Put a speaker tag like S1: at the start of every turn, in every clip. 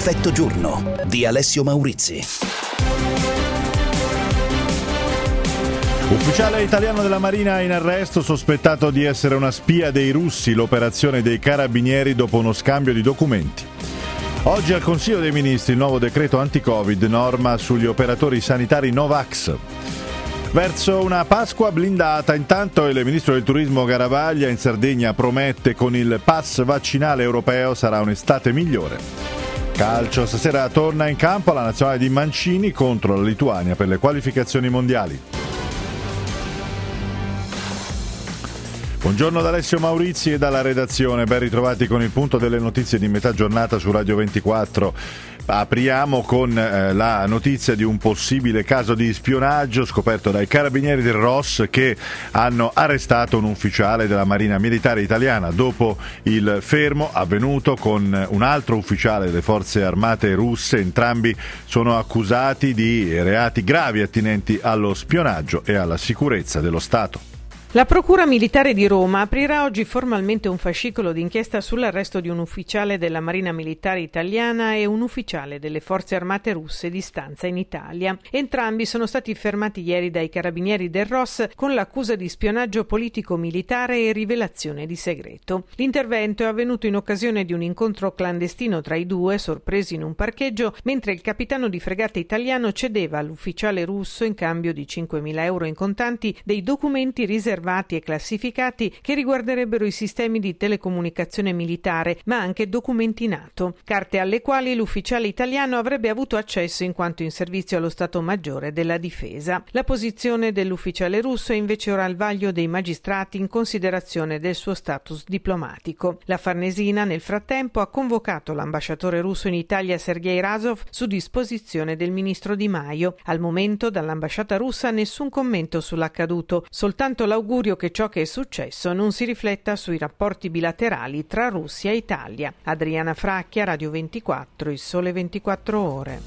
S1: Perfetto giorno di Alessio Maurizi.
S2: Ufficiale italiano della Marina in arresto sospettato di essere una spia dei russi, l'operazione dei carabinieri dopo uno scambio di documenti. Oggi al Consiglio dei Ministri il nuovo decreto anti-Covid, norma sugli operatori sanitari Novax. Verso una Pasqua blindata, intanto il ministro del turismo Garavaglia in Sardegna promette con il pass vaccinale europeo sarà un'estate migliore. Calcio, stasera torna in campo la nazionale di Mancini contro la Lituania per le qualificazioni mondiali. Buongiorno da Alessio Maurizi e dalla redazione, ben ritrovati con il punto delle notizie di metà giornata su Radio 24. Apriamo con la notizia di un possibile caso di spionaggio scoperto dai carabinieri del ROS che hanno arrestato un ufficiale della Marina Militare Italiana dopo il fermo avvenuto con un altro ufficiale delle forze armate russe. Entrambi sono accusati di reati gravi attinenti allo spionaggio e alla sicurezza dello Stato.
S3: La Procura Militare di Roma aprirà oggi formalmente un fascicolo d'inchiesta sull'arresto di un ufficiale della Marina Militare Italiana e un ufficiale delle Forze Armate russe di stanza in Italia. Entrambi sono stati fermati ieri dai carabinieri del ROS con l'accusa di spionaggio politico-militare e rivelazione di segreto. L'intervento è avvenuto in occasione di un incontro clandestino tra i due, sorpresi in un parcheggio, mentre il capitano di fregata italiano cedeva all'ufficiale russo in cambio di 5.000 euro in contanti dei documenti riservati e classificati che riguarderebbero i sistemi di telecomunicazione militare, ma anche documenti NATO, carte alle quali l'ufficiale italiano avrebbe avuto accesso in quanto in servizio allo Stato Maggiore della Difesa. La posizione dell'ufficiale russo è invece ora al vaglio dei magistrati in considerazione del suo status diplomatico. La Farnesina, nel frattempo, ha convocato l'ambasciatore russo in Italia Sergei Razov su disposizione del ministro Di Maio. Al momento, dall'ambasciata russa nessun commento sull'accaduto, soltanto l'augurio che ciò che è successo non si rifletta sui rapporti bilaterali tra Russia e Italia. Adriana Fracchia, Radio 24, Il Sole 24 Ore.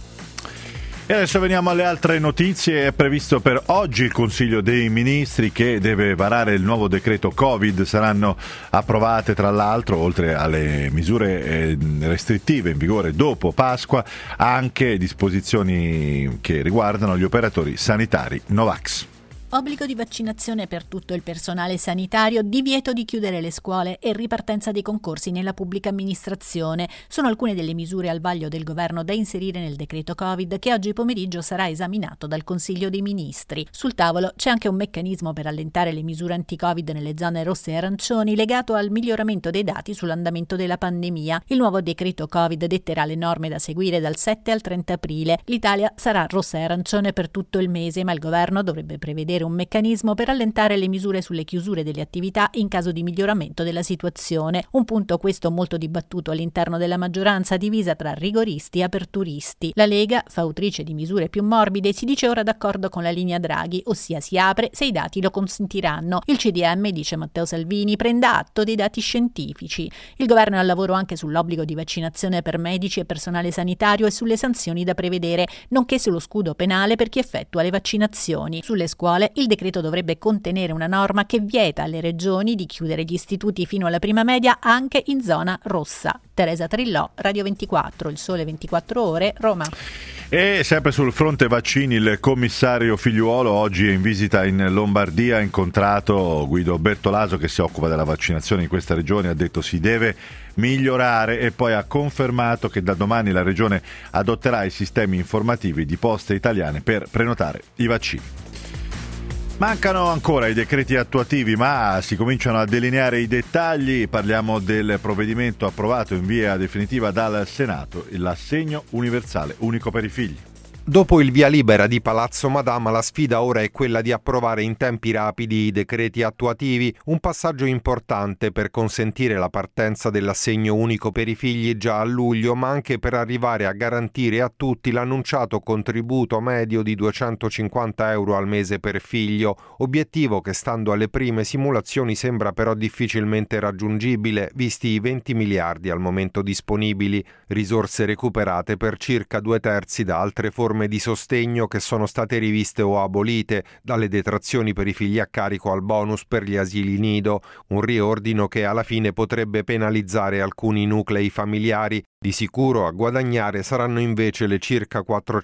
S2: E adesso veniamo alle altre notizie. È previsto per oggi il Consiglio dei Ministri che deve varare il nuovo decreto Covid. Saranno approvate tra l'altro, oltre alle misure restrittive in vigore dopo Pasqua, anche disposizioni che riguardano gli operatori sanitari Novax.
S4: Obbligo di vaccinazione per tutto il personale sanitario, divieto di chiudere le scuole e ripartenza dei concorsi nella pubblica amministrazione. Sono alcune delle misure al vaglio del governo da inserire nel decreto Covid che oggi pomeriggio sarà esaminato dal Consiglio dei Ministri. Sul tavolo c'è anche un meccanismo per allentare le misure anti-Covid nelle zone rosse e arancioni legato al miglioramento dei dati sull'andamento della pandemia. Il nuovo decreto Covid detterà le norme da seguire dal 7 al 30 aprile. L'Italia sarà rossa e arancione per tutto il mese, ma il governo dovrebbe prevedere un meccanismo per allentare le misure sulle chiusure delle attività in caso di miglioramento della situazione. Un punto questo molto dibattuto all'interno della maggioranza divisa tra rigoristi e aperturisti. La Lega, fautrice di misure più morbide, si dice ora d'accordo con la linea Draghi, ossia si apre se i dati lo consentiranno. Il CDM, dice Matteo Salvini, prenda atto dei dati scientifici. Il governo è al lavoro anche sull'obbligo di vaccinazione per medici e personale sanitario e sulle sanzioni da prevedere, nonché sullo scudo penale per chi effettua le vaccinazioni. Sulle scuole il decreto dovrebbe contenere una norma che vieta alle regioni di chiudere gli istituti fino alla prima media anche in zona rossa. Teresa Trillò, Radio 24, Il Sole 24 Ore, Roma.
S2: E sempre sul fronte vaccini il commissario Figliuolo oggi è in visita in Lombardia, ha incontrato Guido Bertolaso che si occupa della vaccinazione in questa regione, ha detto si deve migliorare e poi ha confermato che da domani la regione adotterà i sistemi informativi di Poste Italiane per prenotare i vaccini. Mancano ancora i decreti attuativi, ma si cominciano a delineare i dettagli. Parliamo del provvedimento approvato in via definitiva dal Senato, l'assegno universale unico per i figli.
S5: Dopo il via libera di Palazzo Madama, la sfida ora è quella di approvare in tempi rapidi i decreti attuativi, un passaggio importante per consentire la partenza dell'assegno unico per i figli già a luglio, ma anche per arrivare a garantire a tutti l'annunciato contributo medio di 250 euro al mese per figlio, obiettivo che stando alle prime simulazioni sembra però difficilmente raggiungibile, visti i 20 miliardi al momento disponibili, risorse recuperate per circa 2/3 da altre forme di sostegno che sono state riviste o abolite, dalle detrazioni per i figli a carico al bonus per gli asili nido, un riordino che alla fine potrebbe penalizzare alcuni nuclei familiari Di sicuro a guadagnare saranno invece le circa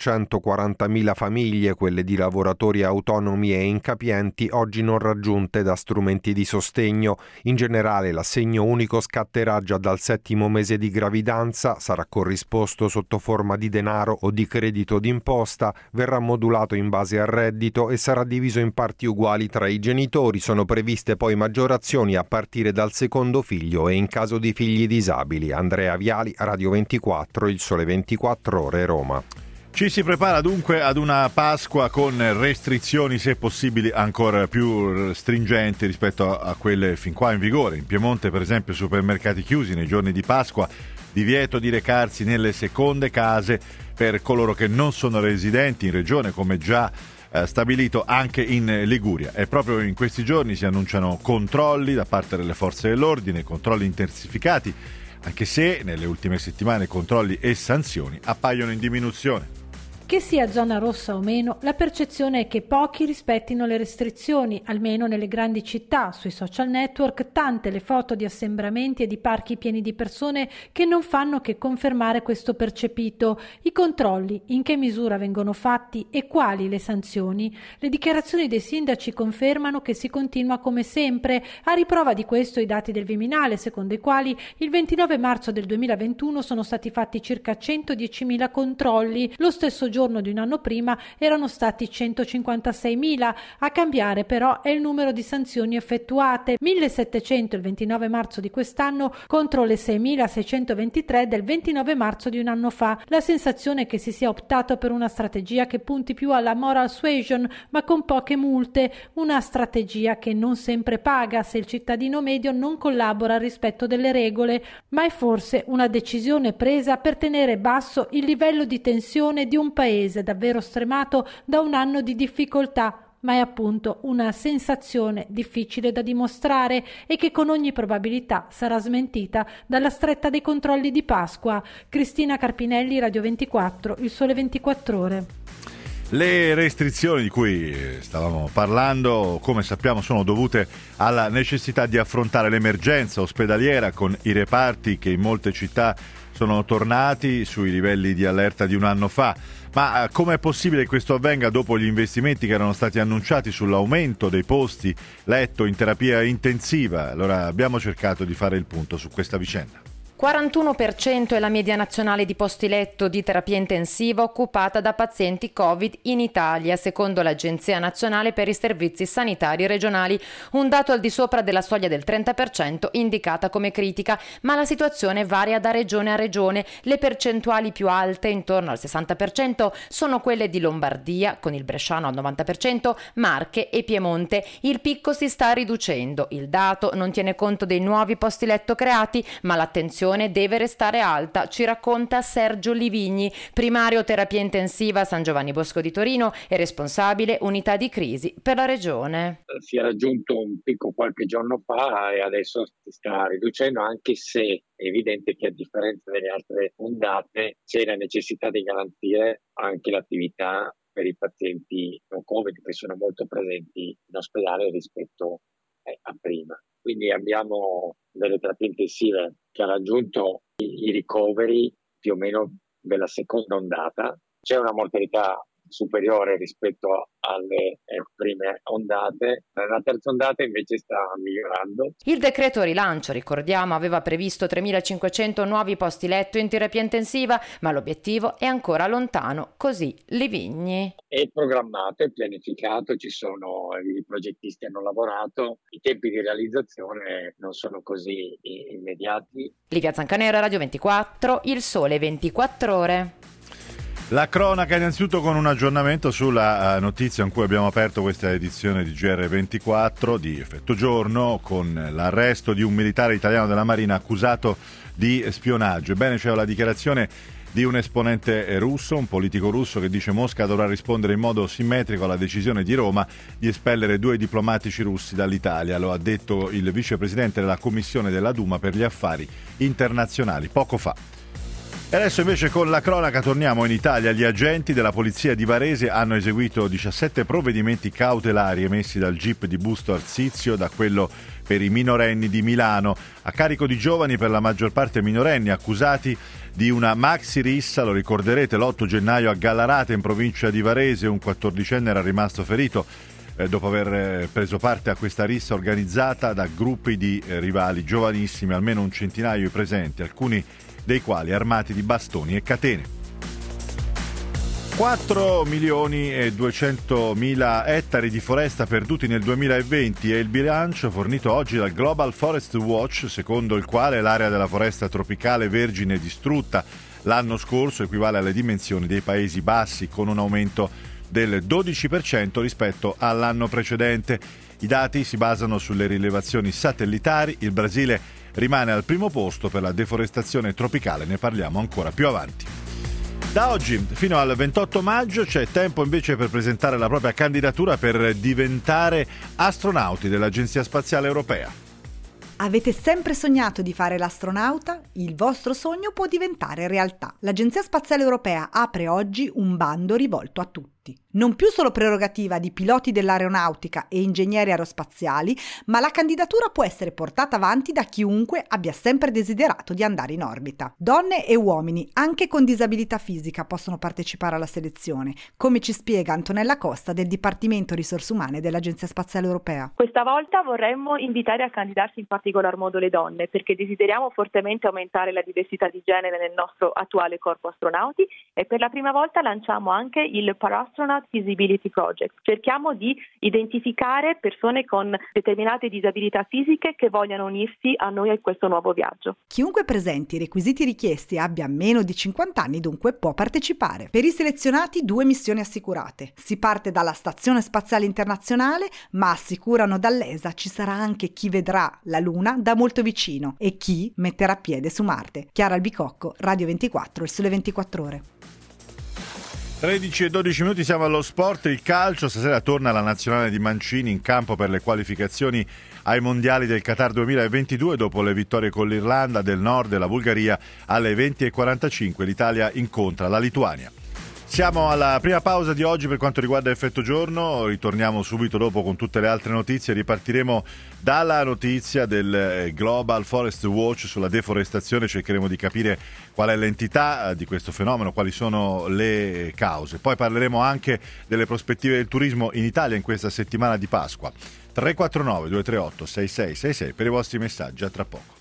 S5: 440.000 famiglie, quelle di lavoratori autonomi e incapienti oggi non raggiunte da strumenti di sostegno. In generale l'assegno unico scatterà già dal 7° mese di gravidanza, sarà corrisposto sotto forma di denaro o di credito d'imposta, verrà modulato in base al reddito e sarà diviso in parti uguali tra i genitori. Sono previste poi maggiorazioni a partire dal secondo figlio e in caso di figli disabili. Andrea Viali, Radio 24, Il Sole 24 Ore, Roma.
S2: Ci si prepara dunque ad una Pasqua con restrizioni, se possibili, ancora più stringenti rispetto a quelle fin qua in vigore. In Piemonte, per esempio, supermercati chiusi nei giorni di Pasqua, divieto di recarsi nelle seconde case per coloro che non sono residenti in regione, come già stabilito anche in Liguria. E proprio in questi giorni si annunciano controlli da parte delle forze dell'ordine, controlli intensificati, anche se nelle ultime settimane controlli e sanzioni appaiono in diminuzione.
S6: Che sia zona rossa o meno, la percezione è che pochi rispettino le restrizioni, almeno nelle grandi città. Sui social network tante le foto di assembramenti e di parchi pieni di persone che non fanno che confermare questo percepito. I controlli, in che misura vengono fatti e quali le sanzioni? Le dichiarazioni dei sindaci confermano che si continua come sempre. A riprova di questo i dati del Viminale, secondo i quali il 29 marzo del 2021 sono stati fatti circa 110.000 controlli. Lo stesso giorno di un anno prima erano stati 156.000. A cambiare però è il numero di sanzioni effettuate, 1.700 il 29 marzo di quest'anno contro le 6.623 del 29 marzo di un anno fa. La sensazione è che si sia optato per una strategia che punti più alla moral suasion, ma con poche multe, una strategia che non sempre paga se il cittadino medio non collabora al rispetto delle regole, ma è forse una decisione presa per tenere basso il livello di tensione di un paese davvero stremato da un anno di difficoltà, ma è appunto una sensazione difficile da dimostrare e che con ogni probabilità sarà smentita dalla stretta dei controlli di Pasqua. Cristina Carpinelli, Radio 24, Il Sole 24 Ore.
S2: Le restrizioni di cui stavamo parlando, come sappiamo, sono dovute alla necessità di affrontare l'emergenza ospedaliera con i reparti che in molte città sono tornati sui livelli di allerta di un anno fa. Ma com'è possibile che questo avvenga dopo gli investimenti che erano stati annunciati sull'aumento dei posti letto in terapia intensiva? Allora abbiamo cercato di fare il punto su questa vicenda.
S7: 41% è la media nazionale di posti letto di terapia intensiva occupata da pazienti Covid in Italia, secondo l'Agenzia Nazionale per i Servizi Sanitari Regionali, un dato al di sopra della soglia del 30% indicata come critica, ma la situazione varia da regione a regione. Le percentuali più alte, intorno al 60%, sono quelle di Lombardia, con il bresciano al 90%, Marche e Piemonte. Il picco si sta riducendo. Il dato non tiene conto dei nuovi posti letto creati, ma l'attenzione deve restare alta, ci racconta Sergio Livigni, primario terapia intensiva a San Giovanni Bosco di Torino e responsabile unità di crisi per la regione.
S8: Si è raggiunto un picco qualche giorno fa e adesso si sta riducendo, anche se è evidente che a differenza delle altre ondate c'è la necessità di garantire anche l'attività per i pazienti non Covid che sono molto presenti in ospedale rispetto a prima. Quindi abbiamo delle terapie intensive che hanno raggiunto i ricoveri più o meno della seconda ondata. C'è una mortalità superiore rispetto alle prime ondate. La terza ondata invece sta migliorando. Il decreto rilancio, ricordiamo, aveva previsto 3.500 nuovi posti letto in terapia intensiva, ma l'obiettivo è ancora lontano, così Livigni. È programmato, è pianificato, ci sono i progettisti hanno lavorato, i tempi di realizzazione non sono così immediati. Livia Zancanera, Radio 24, Il Sole 24 Ore.
S2: La cronaca innanzitutto con un aggiornamento sulla notizia con cui abbiamo aperto questa edizione di GR24 di effetto giorno, con l'arresto di un militare italiano della Marina accusato di spionaggio. Ebbene, c'è la dichiarazione di un esponente russo, un politico russo, che dice Mosca dovrà rispondere in modo simmetrico alla decisione di Roma di espellere 2 diplomatici russi dall'Italia. Lo ha detto il vicepresidente della Commissione della Duma per gli affari internazionali poco fa. E adesso invece con la cronaca torniamo in Italia. Gli agenti della polizia di Varese hanno eseguito 17 provvedimenti cautelari emessi dal GIP di Busto Arsizio, da quello per i minorenni di Milano, a carico di giovani per la maggior parte minorenni accusati di una maxi rissa. Lo ricorderete, l'8 gennaio a Gallarate in provincia di Varese un 14enne era rimasto ferito dopo aver preso parte a questa rissa organizzata da gruppi di rivali giovanissimi, almeno un centinaio i presenti, alcuni dei quali armati di bastoni e catene. 4.200.000 ettari di foresta perduti nel 2020 è il bilancio fornito oggi dal Global Forest Watch, secondo il quale l'area della foresta tropicale vergine distrutta l'anno scorso equivale alle dimensioni dei Paesi Bassi, con un aumento del 12% rispetto all'anno precedente. I dati si basano sulle rilevazioni satellitari. Il Brasile rimane al primo posto per la deforestazione tropicale, ne parliamo ancora più avanti. Da oggi fino al 28 maggio c'è tempo invece per presentare la propria candidatura per diventare astronauti dell'Agenzia Spaziale Europea.
S9: Avete sempre sognato di fare l'astronauta? Il vostro sogno può diventare realtà. L'Agenzia Spaziale Europea apre oggi un bando rivolto a tutti. Non più solo prerogativa di piloti dell'aeronautica e ingegneri aerospaziali, ma la candidatura può essere portata avanti da chiunque abbia sempre desiderato di andare in orbita. Donne e uomini, anche con disabilità fisica, possono partecipare alla selezione, come ci spiega Antonella Costa del Dipartimento Risorse Umane dell'Agenzia Spaziale Europea.
S10: Questa volta vorremmo invitare a candidarsi in particolar modo le donne, perché desideriamo fortemente aumentare la diversità di genere nel nostro attuale corpo astronauti e per la prima volta lanciamo anche il Parastronaut Feasibility Project. Cerchiamo di identificare persone con determinate disabilità fisiche che vogliano unirsi a noi a questo nuovo viaggio.
S9: Chiunque presenti i requisiti richiesti e abbia meno di 50 anni dunque può partecipare. Per i selezionati 2 missioni assicurate. Si parte dalla Stazione Spaziale Internazionale, ma assicurano dall'ESA ci sarà anche chi vedrà la Luna da molto vicino e chi metterà piede su Marte. Chiara Albicocco, Radio 24, Il Sole 24 Ore.
S2: 13 e 12 minuti, siamo allo sport. Il calcio, stasera torna la nazionale di Mancini in campo per le qualificazioni ai mondiali del Qatar 2022 dopo le vittorie con l'Irlanda del Nord e la Bulgaria. Alle 20:45 l'Italia incontra la Lituania. Siamo alla prima pausa di oggi per quanto riguarda Effetto Giorno, ritorniamo subito dopo con tutte le altre notizie. Ripartiremo dalla notizia del Global Forest Watch sulla deforestazione, cercheremo di capire qual è l'entità di questo fenomeno, quali sono le cause. Poi parleremo anche delle prospettive del turismo in Italia in questa settimana di Pasqua. 349 238 6666 per i vostri messaggi, a tra poco.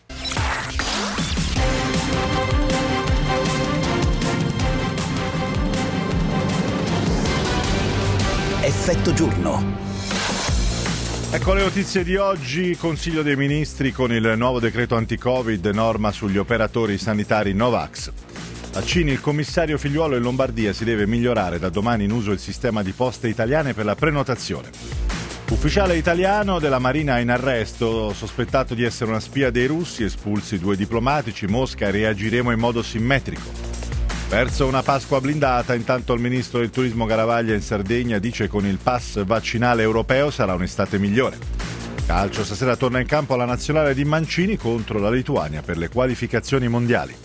S1: Effetto Giorno.
S2: Ecco le notizie di oggi. Consiglio dei Ministri con il nuovo decreto anti-Covid, norma sugli operatori sanitari Novax. Vaccini, il commissario Figliuolo in Lombardia si deve migliorare, da domani in uso il sistema di poste italiane per la prenotazione. Ufficiale italiano della Marina in arresto, sospettato di essere una spia dei russi, espulsi 2 diplomatici, Mosca, reagiremo in modo simmetrico. Verso una Pasqua blindata, intanto il ministro del turismo Garavaglia in Sardegna dice con il pass vaccinale europeo sarà un'estate migliore. Calcio, stasera torna in campo la nazionale di Mancini contro la Lituania per le qualificazioni mondiali.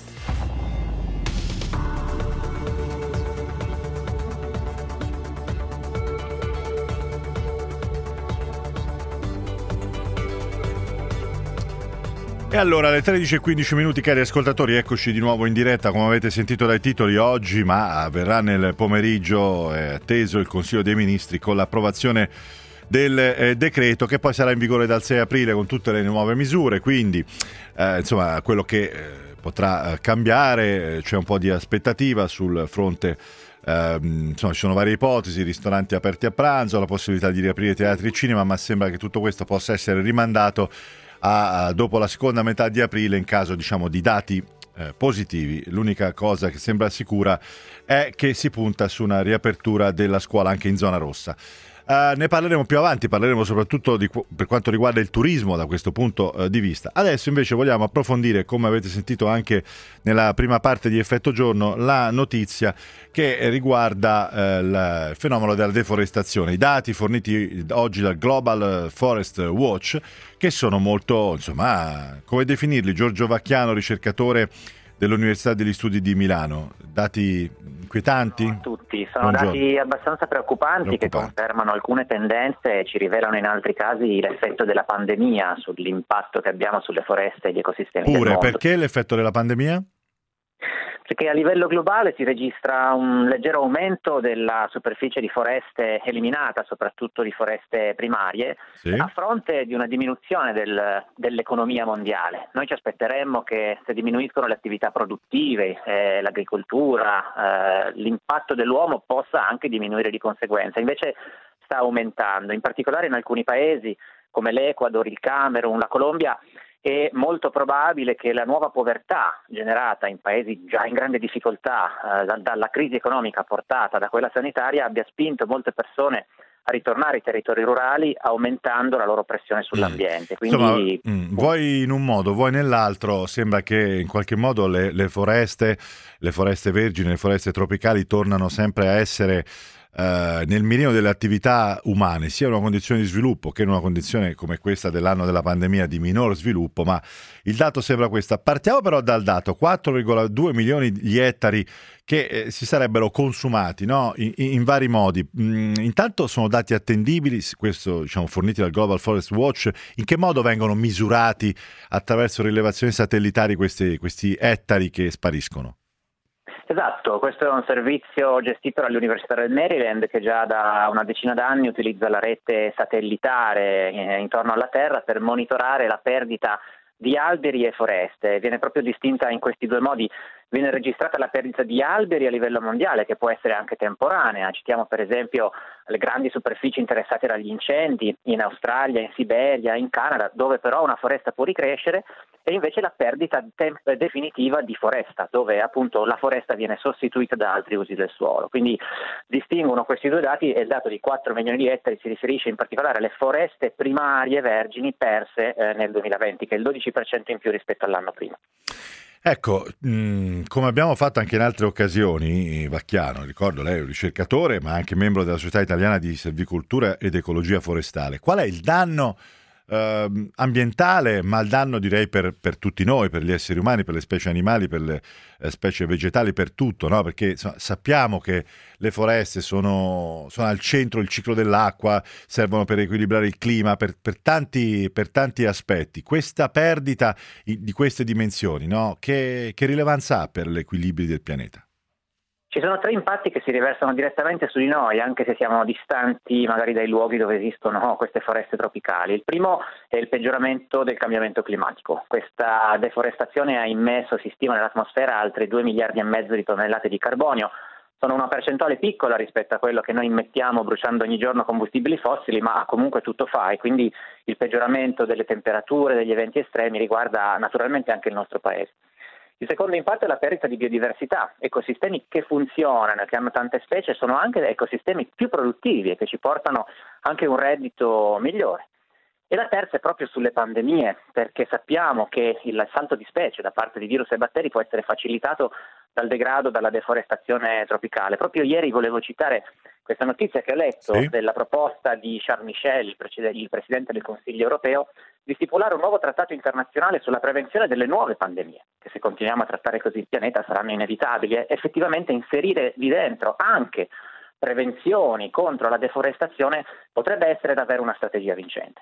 S2: E allora alle 13:15 minuti, cari ascoltatori, eccoci di nuovo in diretta. Come avete sentito dai titoli, oggi, ma avverrà nel pomeriggio, è atteso il Consiglio dei Ministri con l'approvazione del decreto che poi sarà in vigore dal 6 aprile con tutte le nuove misure, quindi insomma quello che potrà cambiare, c'è un po' di aspettativa sul fronte. Insomma, ci sono varie ipotesi, ristoranti aperti a pranzo, la possibilità di riaprire teatri e cinema, ma sembra che tutto questo possa essere rimandato dopo la seconda metà di aprile in caso, diciamo, di dati positivi. L'unica cosa che sembra sicura è che si punta su una riapertura della scuola anche in zona rossa. Ne parleremo più avanti, parleremo soprattutto per quanto riguarda il turismo da questo punto di vista. Adesso invece vogliamo approfondire, come avete sentito anche nella prima parte di Effetto Giorno, la notizia che riguarda il fenomeno della deforestazione. I dati forniti oggi dal Global Forest Watch, che sono molto, insomma, come definirli? Giorgio Vacchiano, ricercatore dell'Università degli Studi di Milano. Dati inquietanti?
S11: No, tutti, sono dati abbastanza preoccupanti che confermano alcune tendenze e ci rivelano in altri casi l'effetto della pandemia sull'impatto che abbiamo sulle foreste e gli ecosistemi del mondo.
S2: Perché l'effetto della pandemia?
S11: Perché a livello globale si registra un leggero aumento della superficie di foreste eliminata, soprattutto di foreste primarie, a fronte di una diminuzione dell'economia mondiale. Noi ci aspetteremmo che se diminuiscono le attività produttive, l'agricoltura, l'impatto dell'uomo possa anche diminuire di conseguenza. Invece sta aumentando, in particolare in alcuni paesi come l'Ecuador, il Camerun, la Colombia. È molto probabile che la nuova povertà generata in paesi già in grande difficoltà dalla crisi economica portata da quella sanitaria abbia spinto molte persone a ritornare ai territori rurali, aumentando la loro pressione sull'ambiente. Quindi,
S2: vuoi in un modo, vuoi nell'altro, sembra che in qualche modo le foreste vergini, le foreste tropicali tornano sempre a essere nel mirino delle attività umane, sia in una condizione di sviluppo che in una condizione come questa dell'anno della pandemia di minor sviluppo, ma il dato sembra questo. Partiamo però dal dato: 4,2 milioni gli ettari che si sarebbero consumati, no? in vari modi. Intanto sono dati attendibili, questo forniti dal Global Forest Watch. In che modo vengono misurati attraverso rilevazioni satellitari questi ettari che spariscono?
S11: Esatto, questo è un servizio gestito dall'Università del Maryland che già da una decina d'anni utilizza la rete satellitare intorno alla Terra per monitorare la perdita di alberi e foreste. Viene proprio distinta in questi due modi. Viene registrata la perdita di alberi a livello mondiale, che può essere anche temporanea. Citiamo per esempio le grandi superfici interessate dagli incendi in Australia, in Siberia, in Canada, dove però una foresta può ricrescere, e invece la perdita definitiva di foresta, dove appunto la foresta viene sostituita da altri usi del suolo. Quindi distinguono questi due dati, e il dato di 4 milioni di ettari si riferisce in particolare alle foreste primarie vergini perse nel 2020, che è il 12% in più rispetto all'anno prima.
S2: Ecco, come abbiamo fatto anche in altre occasioni, Vacchiano, ricordo lei è un ricercatore ma anche membro della Società Italiana di Selvicoltura ed Ecologia Forestale. Qual è il danno ambientale, ma il danno direi per tutti noi, per gli esseri umani, per le specie animali, per le specie vegetali, per tutto, no? Perché sappiamo che le foreste sono al centro del ciclo dell'acqua, servono per equilibrare il clima, per tanti aspetti. Questa perdita di queste dimensioni, no? Che rilevanza ha per l'equilibrio del pianeta?
S11: Ci sono 3 impatti che si riversano direttamente su di noi, anche se siamo distanti magari dai luoghi dove esistono queste foreste tropicali. Il primo è il peggioramento del cambiamento climatico. Questa deforestazione ha immesso, si stima, nell'atmosfera altri 2,5 miliardi di tonnellate di carbonio. Sono una percentuale piccola rispetto a quello che noi immettiamo bruciando ogni giorno combustibili fossili, ma comunque tutto fa, e quindi il peggioramento delle temperature, degli eventi estremi riguarda naturalmente anche il nostro paese. Il secondo impatto è la perdita di biodiversità. Ecosistemi che funzionano, che hanno tante specie, sono anche ecosistemi più produttivi e che ci portano anche un reddito migliore. E la terza è proprio sulle pandemie, perché sappiamo che il salto di specie da parte di virus e batteri può essere facilitato dal degrado, dalla deforestazione tropicale. Proprio ieri volevo citare questa notizia che ho letto della proposta di Charles Michel, il Presidente del Consiglio europeo, di stipulare un nuovo trattato internazionale sulla prevenzione delle nuove pandemie, che se continuiamo a trattare così il pianeta saranno inevitabili, e effettivamente inserire lì dentro anche prevenzioni contro la deforestazione potrebbe essere davvero una strategia vincente.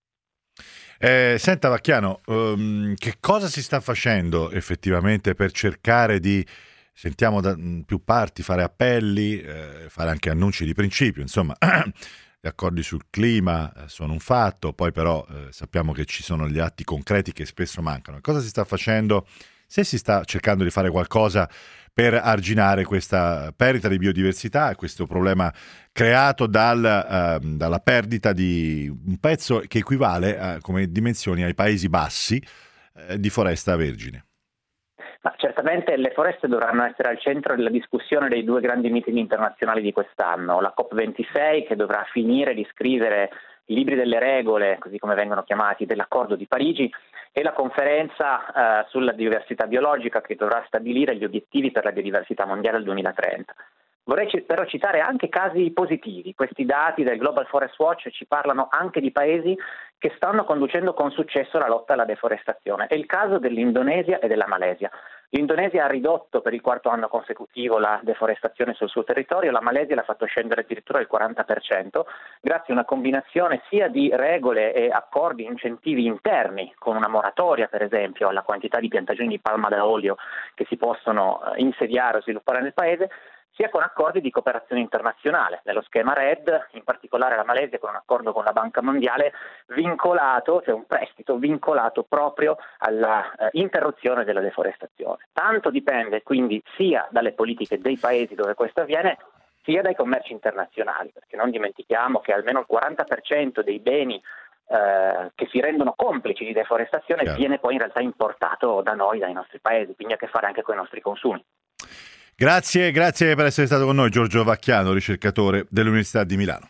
S2: Senta Vacchiano, che cosa si sta facendo effettivamente per cercare di, sentiamo da più parti, fare appelli, fare anche annunci di principio, insomma, gli accordi sul clima sono un fatto, poi però sappiamo che ci sono gli atti concreti che spesso mancano. Cosa si sta facendo? Se si sta cercando di fare qualcosa per arginare questa perdita di biodiversità e questo problema creato dalla perdita di un pezzo che equivale come dimensioni ai Paesi Bassi di foresta vergine.
S11: Ma certamente le foreste dovranno essere al centro della discussione dei 2 grandi meeting internazionali di quest'anno, la COP26 che dovrà finire di scrivere i libri delle regole, così come vengono chiamati, dell'accordo di Parigi, e la conferenza sulla diversità biologica che dovrà stabilire gli obiettivi per la biodiversità mondiale al 2030. Vorrei però citare anche casi positivi. Questi dati del Global Forest Watch ci parlano anche di paesi che stanno conducendo con successo la lotta alla deforestazione. È il caso dell'Indonesia e della Malesia. L'Indonesia ha ridotto per il quarto anno consecutivo la deforestazione sul suo territorio, la Malesia l'ha fatto scendere addirittura del 40%, grazie a una combinazione sia di regole e accordi, incentivi interni, con una moratoria per esempio alla quantità di piantagioni di palma da olio che si possono insediare o sviluppare nel paese, sia con accordi di cooperazione internazionale. Nello schema RED, in particolare la Malesia con un accordo con la Banca Mondiale vincolato, cioè un prestito vincolato proprio alla interruzione della deforestazione. Tanto dipende quindi sia dalle politiche dei paesi dove questo avviene, sia dai commerci internazionali, perché non dimentichiamo che almeno il 40% dei beni che si rendono complici di deforestazione viene poi in realtà importato da noi, dai nostri paesi, quindi ha a che fare anche con i nostri consumi.
S2: Grazie per essere stato con noi, Giorgio Vacchiano, ricercatore dell'Università di Milano.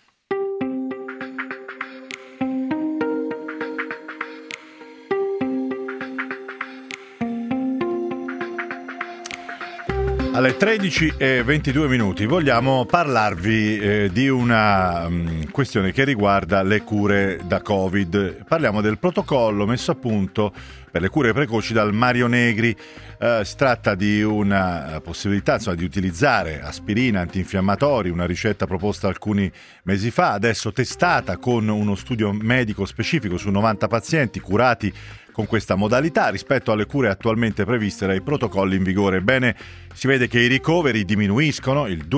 S2: Alle 13:22 vogliamo parlarvi di una questione che riguarda le cure da Covid. Parliamo del protocollo messo a punto per le cure precoci dal Mario Negri. Si tratta di una possibilità di utilizzare aspirina, antinfiammatori, una ricetta proposta alcuni mesi fa, adesso testata con uno studio medico specifico su 90 pazienti curati con questa modalità rispetto alle cure attualmente previste dai protocolli in vigore. Ebbene, si vede che i ricoveri diminuiscono il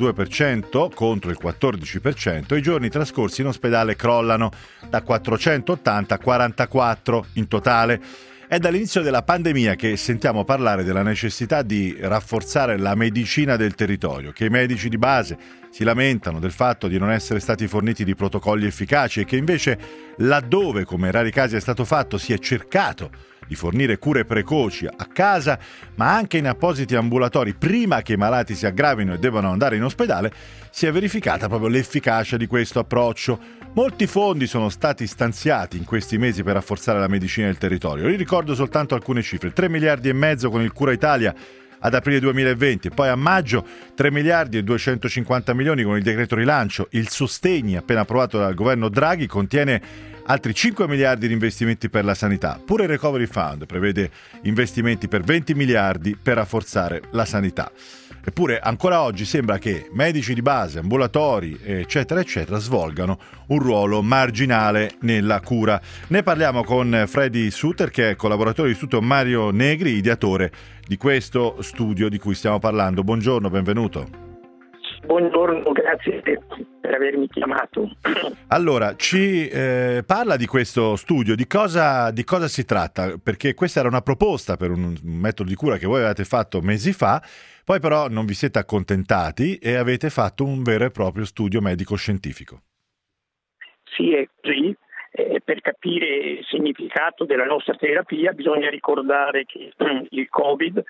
S2: 2,2% contro il 14% e i giorni trascorsi in ospedale crollano da 480 a 44 in totale. È dall'inizio della pandemia che sentiamo parlare della necessità di rafforzare la medicina del territorio, che i medici di base si lamentano del fatto di non essere stati forniti di protocolli efficaci e che invece laddove, come in rari casi è stato fatto, si è cercato di fornire cure precoci a casa, ma anche in appositi ambulatori prima che i malati si aggravino e debbano andare in ospedale, si è verificata proprio l'efficacia di questo approccio. Molti fondi sono stati stanziati in questi mesi per rafforzare la medicina del territorio. Io ricordo soltanto alcune cifre: 3 miliardi e mezzo con il Cura Italia ad aprile 2020, poi a maggio 3 miliardi e 250 milioni con il decreto rilancio. Il sostegni appena approvato dal governo Draghi contiene altri 5 miliardi di investimenti per la sanità. Pure il Recovery Fund prevede investimenti per 20 miliardi per rafforzare la sanità. Eppure ancora oggi sembra che medici di base, ambulatori, eccetera, eccetera, svolgano un ruolo marginale nella cura. Ne parliamo con Freddy Suter, che è collaboratore dell'Istituto Mario Negri, ideatore di questo studio di cui stiamo parlando. Buongiorno, benvenuto.
S12: Buongiorno, grazie per avermi chiamato.
S2: Allora, ci parla di questo studio, di cosa si tratta? Perché questa era una proposta per un metodo di cura che voi avevate fatto mesi fa, poi però non vi siete accontentati e avete fatto un vero e proprio studio medico-scientifico.
S12: Sì, è così. Per capire il significato della nostra terapia bisogna ricordare che il Covid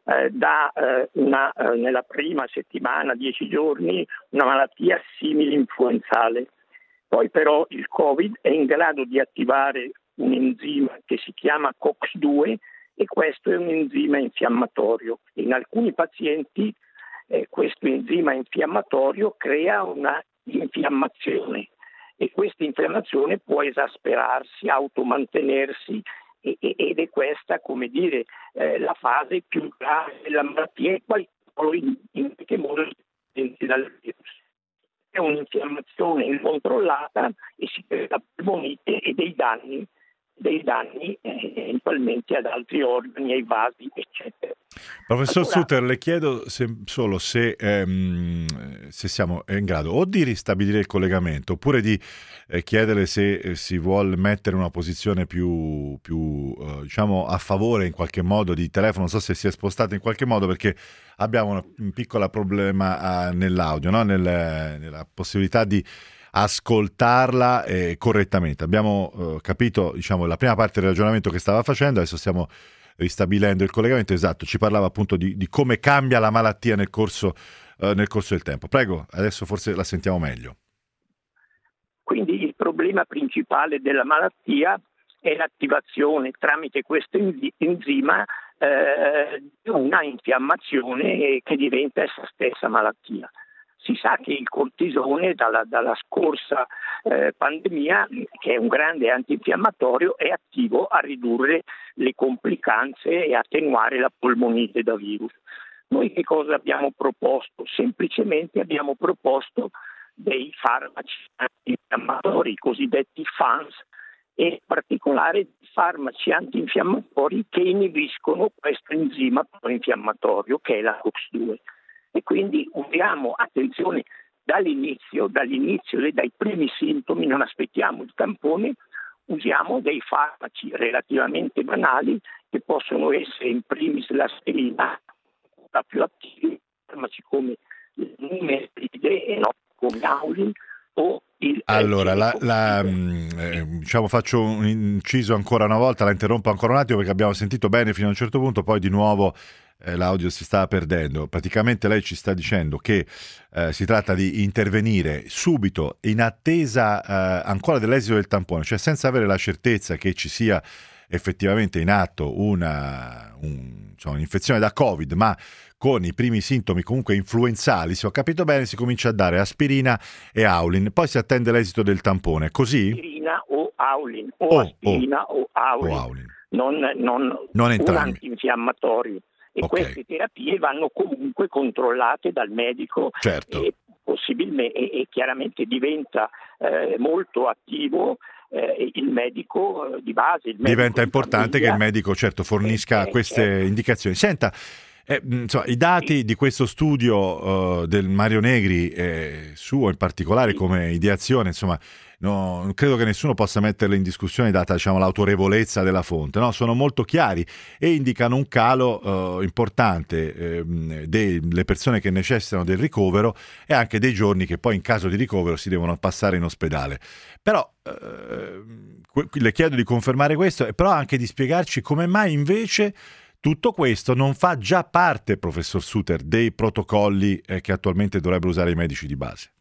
S12: nella prima settimana, 10 giorni, una malattia simile influenzale. Poi però il Covid è in grado di attivare un enzima che si chiama COX-2 e questo è un enzima infiammatorio. In alcuni pazienti questo enzima infiammatorio crea una infiammazione e questa infiammazione può esasperarsi, automantenersi ed è questa, come dire, la fase più grave della malattia e in qualche modo dal virus. È un'infiammazione incontrollata e si crea polmonite e dei danni eventualmente ad altri organi, ai vasi, eccetera.
S2: Professor Suter, le chiedo solo se siamo in grado o di ristabilire il collegamento oppure di chiedere se si vuol mettere una posizione più diciamo a favore in qualche modo di telefono. Non so se si è spostato in qualche modo perché abbiamo un piccolo problema nell'audio, no? Nella possibilità di ascoltarla correttamente. Abbiamo capito, diciamo, la prima parte del ragionamento che stava facendo, adesso stiamo ristabilendo il collegamento. Esatto, ci parlava appunto di come cambia la malattia nel corso del tempo. Prego, adesso forse la sentiamo meglio.
S12: Quindi il problema principale della malattia è l'attivazione tramite questo enzima di una infiammazione che diventa essa stessa malattia. Si sa che il cortisone dalla scorsa pandemia, che è un grande antinfiammatorio, è attivo a ridurre le complicanze e attenuare la polmonite da virus. Noi che cosa abbiamo proposto? Semplicemente abbiamo proposto dei farmaci antinfiammatori, i cosiddetti FANS, e in particolare farmaci antinfiammatori che inibiscono questo enzima proinfiammatorio che è la COX-2. E quindi usiamo, attenzione, dall'inizio, dai primi sintomi, non aspettiamo il tampone, usiamo dei farmaci relativamente banali che possono essere in primis l'aspirina, la più attivi, farmaci come il nimeplide e no come Aulin o il
S2: allora diciamo faccio un inciso ancora una volta, la interrompo ancora un attimo perché abbiamo sentito bene fino a un certo punto, poi di nuovo l'audio si stava perdendo. Praticamente lei ci sta dicendo che si tratta di intervenire subito in attesa ancora dell'esito del tampone, cioè senza avere la certezza che ci sia effettivamente in atto un'infezione da Covid, ma con i primi sintomi comunque influenzali, se ho capito bene, si comincia a dare aspirina e Aulin, poi si attende l'esito del tampone, così?
S12: Aspirina o Aulin, o aspirina o Aulin. Non un antinfiammatorio. E queste terapie vanno comunque controllate dal medico,
S2: certo.
S12: E possibilmente e chiaramente diventa molto attivo il medico di base.
S2: Diventa importante che il medico fornisca queste indicazioni. Senta, insomma, i dati di questo studio del Mario Negri, suo in particolare come ideazione, insomma, non credo che nessuno possa metterle in discussione data l'autorevolezza della fonte, no? Sono molto chiari e indicano un calo importante delle persone che necessitano del ricovero e anche dei giorni che poi in caso di ricovero si devono passare in ospedale. Però le chiedo di confermare questo e però anche di spiegarci come mai invece tutto questo non fa già parte, professor Suter, dei protocolli che attualmente dovrebbero usare i medici di base.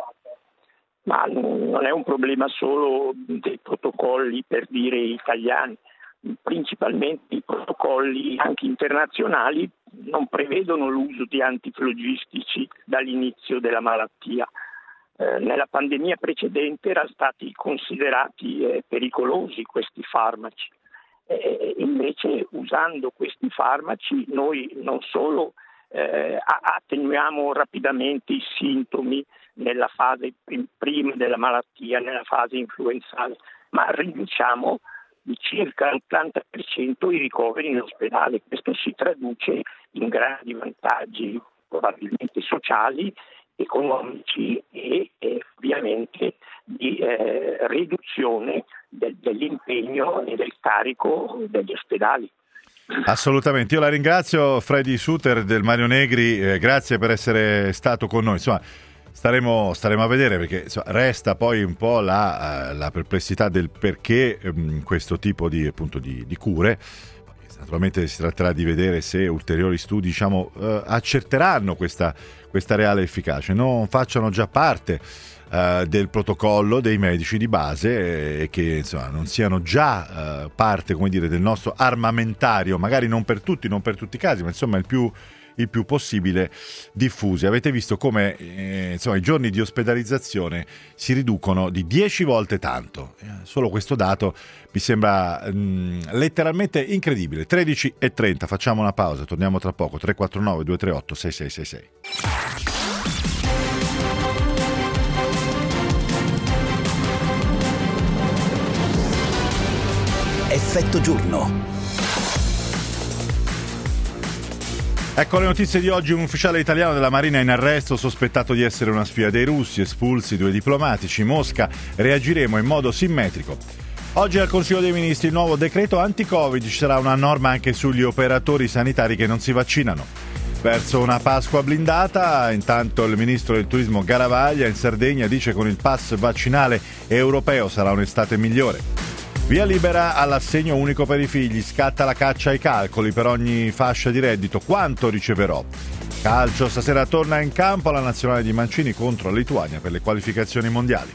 S12: Ma non è un problema solo dei protocolli, per dire, italiani. Principalmente i protocolli anche internazionali non prevedono l'uso di antiflogistici dall'inizio della malattia. Nella pandemia precedente erano stati considerati pericolosi questi farmaci. Invece, usando questi farmaci, noi non solo attenuiamo rapidamente i sintomi nella fase prima della malattia, nella fase influenzale, ma riduciamo di circa l'80% i ricoveri in ospedale. Questo si traduce in grandi vantaggi, probabilmente sociali, economici e ovviamente di riduzione dell'impegno e del carico degli ospedali.
S2: Assolutamente, io la ringrazio, Freddy Suter del Mario Negri, grazie per essere stato con noi. Insomma, staremo a vedere perché resta poi un po' la perplessità del perché questo tipo di cure. Naturalmente si tratterà di vedere se ulteriori studi accerteranno questa reale efficacia, non facciano già parte del protocollo dei medici di base e che non siano già parte, come dire, del nostro armamentario, magari non per tutti i casi, ma insomma il più possibile diffusi. Avete visto come i giorni di ospedalizzazione si riducono di 10 volte tanto. Solo questo dato mi sembra letteralmente incredibile. 13:30, facciamo una pausa, torniamo tra poco. 349 238 6666.
S1: Effetto giorno.
S2: Ecco le notizie di oggi. Un ufficiale italiano della Marina in arresto sospettato di essere una spia dei russi, espulsi 2 diplomatici. Mosca, reagiremo in modo simmetrico. Oggi al Consiglio dei Ministri il nuovo decreto anti-Covid, ci sarà una norma anche sugli operatori sanitari che non si vaccinano. Verso una Pasqua blindata, intanto il ministro del turismo Garavaglia in Sardegna dice che con il pass vaccinale europeo sarà un'estate migliore. Via libera all'assegno unico per i figli, scatta la caccia ai calcoli per ogni fascia di reddito. Quanto riceverò? Calcio, stasera torna in campo la nazionale di Mancini contro la Lituania per le qualificazioni mondiali.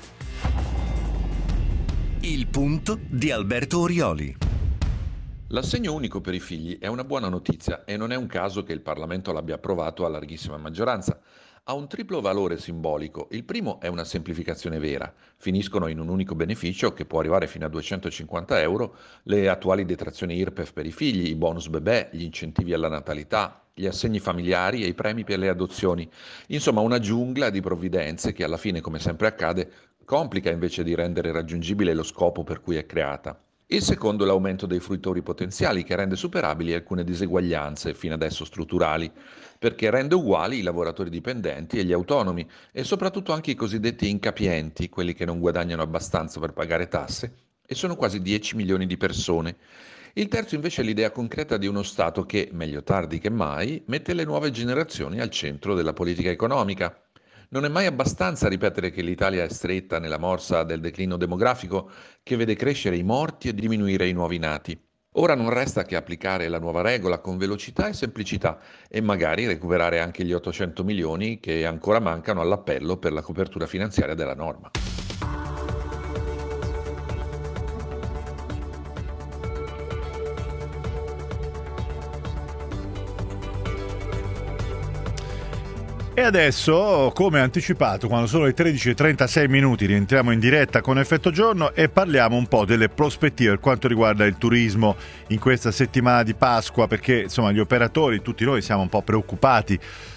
S1: Il punto di Alberto Orioli.
S13: L'assegno unico per i figli è una buona notizia e non è un caso che il Parlamento l'abbia approvato a larghissima maggioranza. ha un triplo valore simbolico. Il primo è una semplificazione vera. Finiscono in un unico beneficio che può arrivare fino a 250 euro le attuali detrazioni IRPEF per i figli, i bonus bebè, gli incentivi alla natalità, gli assegni familiari e i premi per le adozioni. Insomma, una giungla di provvidenze che alla fine, come sempre accade, complica invece di rendere raggiungibile lo scopo per cui è creata. Il secondo è l'aumento dei fruitori potenziali, che rende superabili alcune diseguaglianze fino adesso strutturali, perché rende uguali i lavoratori dipendenti e gli autonomi e soprattutto anche i cosiddetti incapienti, quelli che non guadagnano abbastanza per pagare tasse, e sono quasi 10 milioni di persone. Il terzo invece è l'idea concreta di uno Stato che, meglio tardi che mai, mette le nuove generazioni al centro della politica economica. Non è mai abbastanza ripetere che l'Italia è stretta nella morsa del declino demografico che vede crescere i morti e diminuire i nuovi nati. Ora non resta che applicare la nuova regola con velocità e semplicità e magari recuperare anche gli 800 milioni che ancora mancano all'appello per la copertura finanziaria della norma.
S2: E adesso, come anticipato, quando sono le 13:36 minuti, rientriamo in diretta con Effetto Giorno e parliamo un po' delle prospettive per quanto riguarda il turismo in questa settimana di Pasqua, perché insomma gli operatori, tutti noi siamo un po' preoccupati,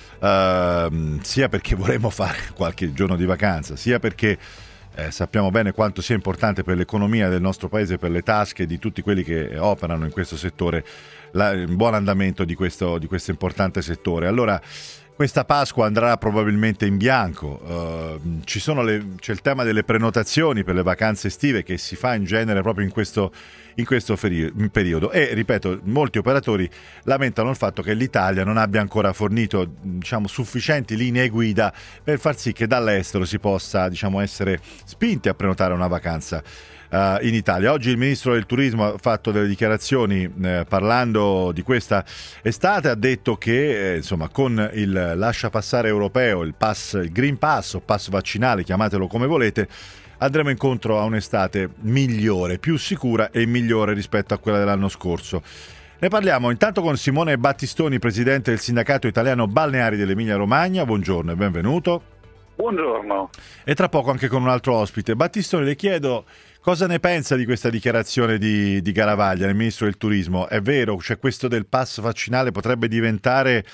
S2: sia perché vorremmo fare qualche giorno di vacanza, sia perché sappiamo bene quanto sia importante per l'economia del nostro paese, per le tasche di tutti quelli che operano in questo settore, il buon andamento di questo importante settore. Allora, questa Pasqua andrà probabilmente in bianco, c'è il tema delle prenotazioni per le vacanze estive che si fa in genere proprio in questo periodo e, ripeto, molti operatori lamentano il fatto che l'Italia non abbia ancora fornito, sufficienti linee guida per far sì che dall'estero si possa, essere spinti a prenotare una vacanza in Italia. Oggi il ministro del turismo ha fatto delle dichiarazioni parlando di questa estate, ha detto che con il lascia passare europeo, il Green Pass o pass vaccinale, chiamatelo come volete, andremo incontro a un'estate migliore, più sicura e migliore rispetto a quella dell'anno scorso. Ne parliamo intanto con Simone Battistoni, presidente del sindacato italiano balneari dell'Emilia Romagna. Buongiorno e benvenuto.
S14: Buongiorno.
S2: E tra poco anche con un altro ospite. Battistoni, le chiedo cosa ne pensa di questa dichiarazione di Garavaglia, del ministro del turismo. È vero, cioè questo del pass vaccinale potrebbe diventare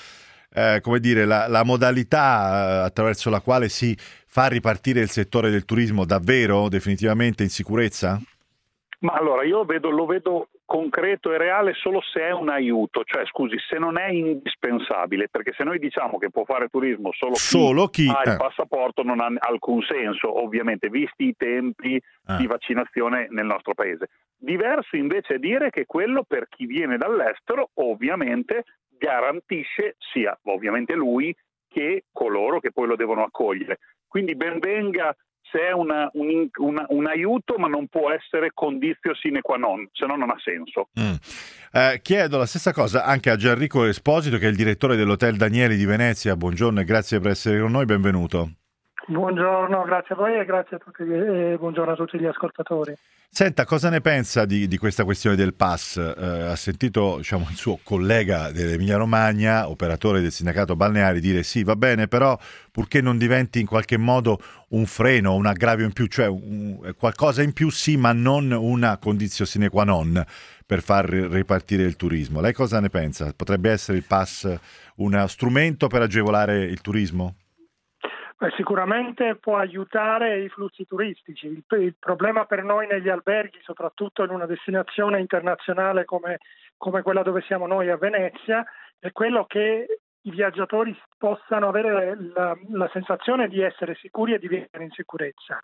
S2: la modalità attraverso la quale si fa ripartire il settore del turismo davvero, definitivamente in sicurezza?
S14: Ma allora io lo vedo concreto e reale solo se è un aiuto, cioè se non è indispensabile, perché se noi diciamo che può fare turismo solo chi ha il passaporto non ha alcun senso, ovviamente, visti i tempi di vaccinazione nel nostro paese. Diverso invece è dire che quello per chi viene dall'estero ovviamente garantisce sia ovviamente lui che coloro che poi lo devono accogliere. Quindi ben venga se è un aiuto, ma non può essere condizio sine qua non, se no non ha senso.
S2: Chiedo la stessa cosa anche a Gianrico Esposito, che è il direttore dell'Hotel Danieli di Venezia. Buongiorno e grazie per essere con noi, benvenuto.
S15: Buongiorno, grazie a voi e grazie a tutti, buongiorno a tutti gli ascoltatori.
S2: Senta, cosa ne pensa di questa questione del pass? Ha sentito il suo collega dell'Emilia Romagna, operatore del sindacato balneari, dire sì, va bene, però purché non diventi in qualche modo un freno, un aggravio in più, cioè qualcosa in più sì, ma non una condizione sine qua non per far ripartire il turismo. Lei cosa ne pensa? Potrebbe essere il pass uno strumento per agevolare il turismo?
S15: Sicuramente può aiutare i flussi turistici. Il problema per noi negli alberghi, soprattutto in una destinazione internazionale come quella dove siamo noi a Venezia, è quello che i viaggiatori possano avere la sensazione di essere sicuri e di vivere in sicurezza.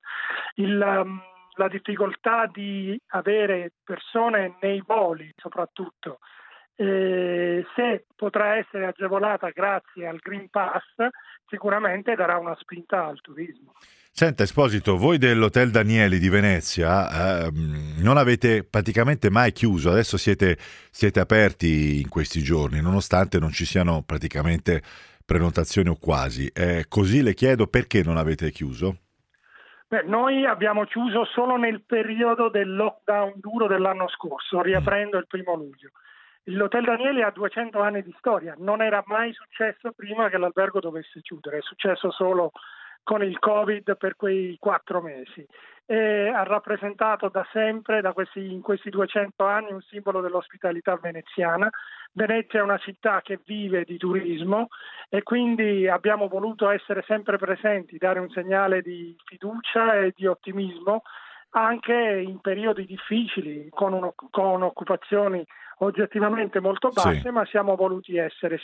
S15: La difficoltà di avere persone nei voli, soprattutto, se potrà essere agevolata grazie al Green Pass, sicuramente darà una spinta al turismo.
S2: Senta Esposito, voi dell'Hotel Danieli di Venezia non avete praticamente mai chiuso, adesso siete aperti in questi giorni, nonostante non ci siano praticamente prenotazioni o quasi. Così le chiedo, perché non avete chiuso?
S15: Noi abbiamo chiuso solo nel periodo del lockdown duro dell'anno scorso, riaprendo il 1° luglio. L'Hotel Danieli ha 200 anni di storia, non era mai successo prima che l'albergo dovesse chiudere, è successo solo con il Covid per quei 4 mesi. E ha rappresentato da sempre, in questi 200 anni, un simbolo dell'ospitalità veneziana. Venezia è una città che vive di turismo e quindi abbiamo voluto essere sempre presenti, dare un segnale di fiducia e di ottimismo anche in periodi difficili, con occupazioni oggettivamente molto basse, sì. Ma siamo voluti essere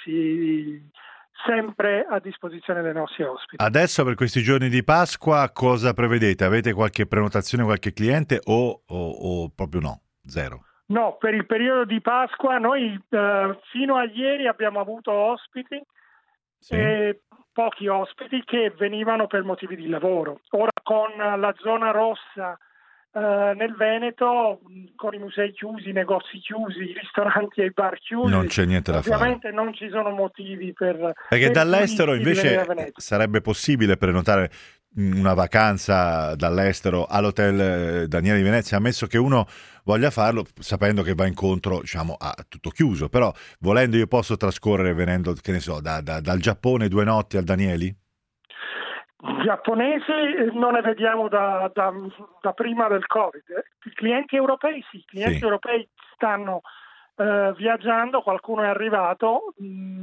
S15: sempre a disposizione dei nostri ospiti.
S2: Adesso per questi giorni di Pasqua cosa prevedete? Avete qualche prenotazione, qualche cliente o proprio no? Zero?
S15: No, per il periodo di Pasqua noi fino a ieri abbiamo avuto ospiti, sì. Pochi ospiti che venivano per motivi di lavoro. Ora con la zona rossa nel Veneto, con i musei chiusi, i negozi chiusi, i ristoranti e i bar chiusi,
S2: non c'è niente da fare.
S15: Ovviamente non ci sono motivi
S2: perché dall'estero invece sarebbe possibile prenotare una vacanza dall'estero all'Hotel Danieli di Venezia, ammesso che uno voglia farlo sapendo che va incontro, diciamo, a tutto chiuso, però volendo io posso trascorrere venendo, che ne so, dal Giappone 2 notti al Danieli?
S15: Giapponesi non ne vediamo da prima del Covid. I clienti europei sì, europei stanno viaggiando, qualcuno è arrivato,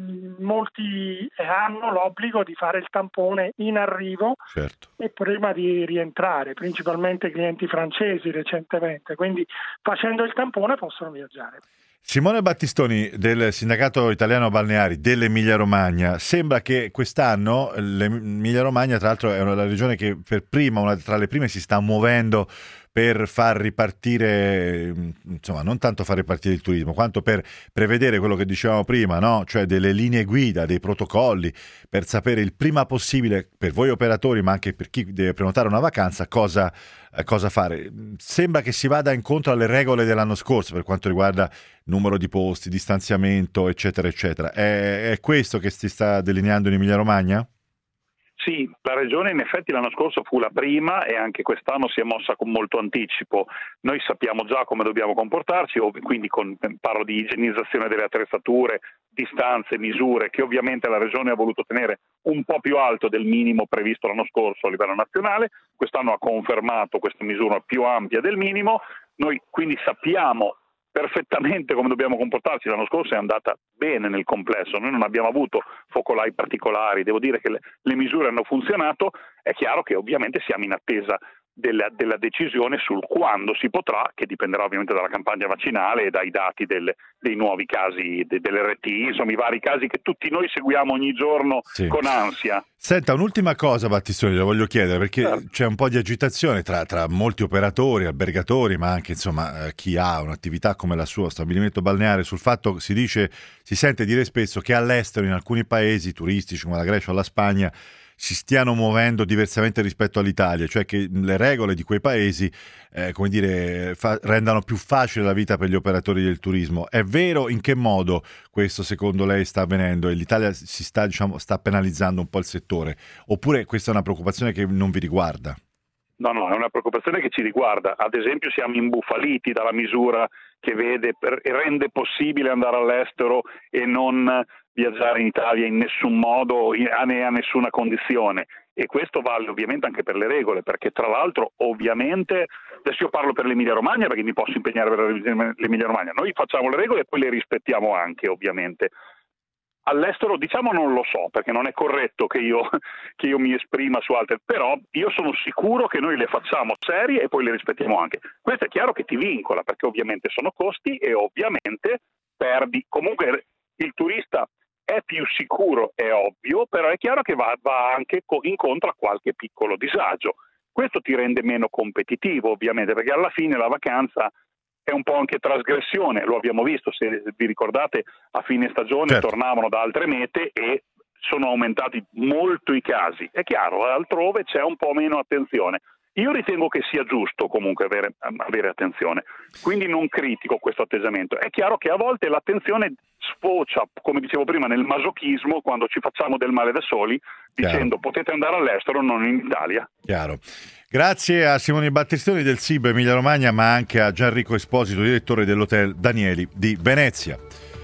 S15: molti hanno l'obbligo di fare il tampone in arrivo, certo. E prima di rientrare, principalmente clienti francesi recentemente, quindi facendo il tampone possono viaggiare.
S2: Simone Battistoni del Sindacato Italiano Balneari dell'Emilia Romagna, sembra che quest'anno l'Emilia Romagna tra l'altro è la regione che per prima, una tra le prime, si sta muovendo per far ripartire, insomma non tanto far ripartire il turismo quanto per prevedere quello che dicevamo prima, no? Cioè delle linee guida, dei protocolli per sapere il prima possibile per voi operatori ma anche per chi deve prenotare una vacanza cosa fare. Sembra che si vada incontro alle regole dell'anno scorso per quanto riguarda numero di posti, distanziamento eccetera eccetera. È questo che si sta delineando in Emilia Romagna?
S14: Sì, la Regione in effetti l'anno scorso fu la prima e anche quest'anno si è mossa con molto anticipo. Noi sappiamo già come dobbiamo comportarci, quindi parlo di igienizzazione delle attrezzature, distanze, misure che ovviamente la Regione ha voluto tenere un po' più alto del minimo previsto l'anno scorso a livello nazionale. Quest'anno ha confermato questa misura più ampia del minimo. Noi quindi sappiamo perfettamente come dobbiamo comportarci. L'anno scorso è andata bene nel complesso, noi non abbiamo avuto focolai particolari, devo dire che le misure hanno funzionato. È chiaro che ovviamente siamo in attesa della decisione sul quando si potrà, che dipenderà ovviamente dalla campagna vaccinale e dai dati dei nuovi casi dell'RT, insomma i vari casi che tutti noi seguiamo ogni giorno con ansia.
S2: Senta, un'ultima cosa Battistoni, la voglio chiedere perché c'è un po' di agitazione tra molti operatori, albergatori, ma anche insomma chi ha un'attività come la sua, stabilimento balneare, sul fatto che si sente dire spesso che all'estero in alcuni paesi turistici come la Grecia o la Spagna si stiano muovendo diversamente rispetto all'Italia, cioè che le regole di quei paesi rendano più facile la vita per gli operatori del turismo. È vero? In che modo questo secondo lei sta avvenendo e l'Italia sta penalizzando un po' il settore? Oppure questa è una preoccupazione che non vi riguarda?
S14: No, è una preoccupazione che ci riguarda. Ad esempio siamo imbufaliti dalla misura che rende possibile andare all'estero e non viaggiare in Italia in nessun modo né a nessuna condizione, e questo vale ovviamente anche per le regole, perché tra l'altro ovviamente, adesso io parlo per l'Emilia Romagna perché mi posso impegnare per l'Emilia Romagna, noi facciamo le regole e poi le rispettiamo anche ovviamente. All'estero diciamo non lo so, perché non è corretto che io mi esprima su altre, però io sono sicuro che noi le facciamo serie e poi le rispettiamo anche. Questo è chiaro che ti vincola, perché ovviamente sono costi e ovviamente perdi. Comunque il turista è più sicuro, è ovvio, però è chiaro che va anche incontro a qualche piccolo disagio. Questo ti rende meno competitivo ovviamente, perché alla fine la vacanza è un po' anche trasgressione, lo abbiamo visto, se vi ricordate a fine stagione tornavano da altre mete e sono aumentati molto i casi. È chiaro, altrove c'è un po' meno attenzione. Io ritengo che sia giusto comunque avere attenzione, quindi non critico questo atteggiamento. È chiaro che a volte l'attenzione sfocia, come dicevo prima, nel masochismo, quando ci facciamo del male da soli, dicendo potete andare all'estero, non in Italia.
S2: Chiaro. Grazie a Simone Battistoni del SIB Emilia Romagna, ma anche a Gianrico Esposito, direttore dell'Hotel Danieli di Venezia.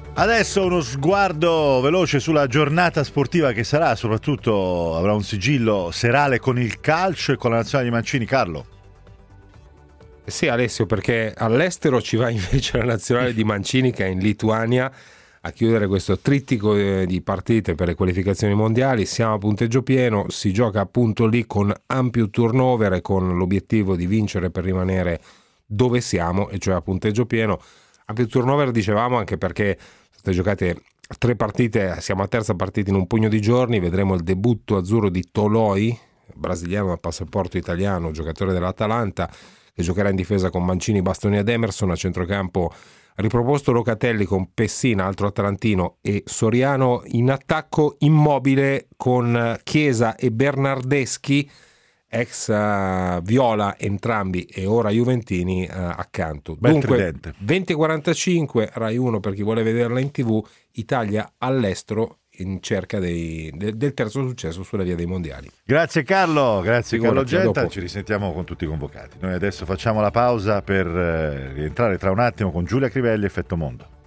S2: Adesso uno sguardo veloce sulla giornata sportiva che sarà, soprattutto avrà un sigillo serale con il calcio e con la nazionale di Mancini. Carlo.
S16: Sì, Alessio, perché all'estero ci va invece la nazionale di Mancini, che è in Lituania a chiudere questo trittico di partite per le qualificazioni mondiali. Siamo a punteggio pieno, si gioca appunto lì con ampio turnover e con l'obiettivo di vincere per rimanere dove siamo, e cioè a punteggio pieno. Ampio turnover dicevamo anche perché sono state giocate 3 partite, siamo a terza partita in un pugno di giorni. Vedremo il debutto azzurro di Toloi, brasiliano a passaporto italiano, giocatore dell'Atalanta, che giocherà in difesa con Mancini, Bastoni ed Emerson. A centrocampo riproposto Locatelli con Pessina, altro atalantino, e Soriano. In attacco Immobile con Chiesa e Bernardeschi, ex Viola entrambi e ora Juventini, accanto. Dunque 20:45, Rai 1 per chi vuole vederla in TV. Italia all'estero in cerca del terzo successo sulla via dei mondiali.
S2: Grazie Carlo, grazie Carlo Genta,
S16: dopo.
S2: ci risentiamo con tutti i convocati. Noi adesso facciamo la pausa per rientrare tra un attimo con Giulia Crivelli, Effetto Mondo.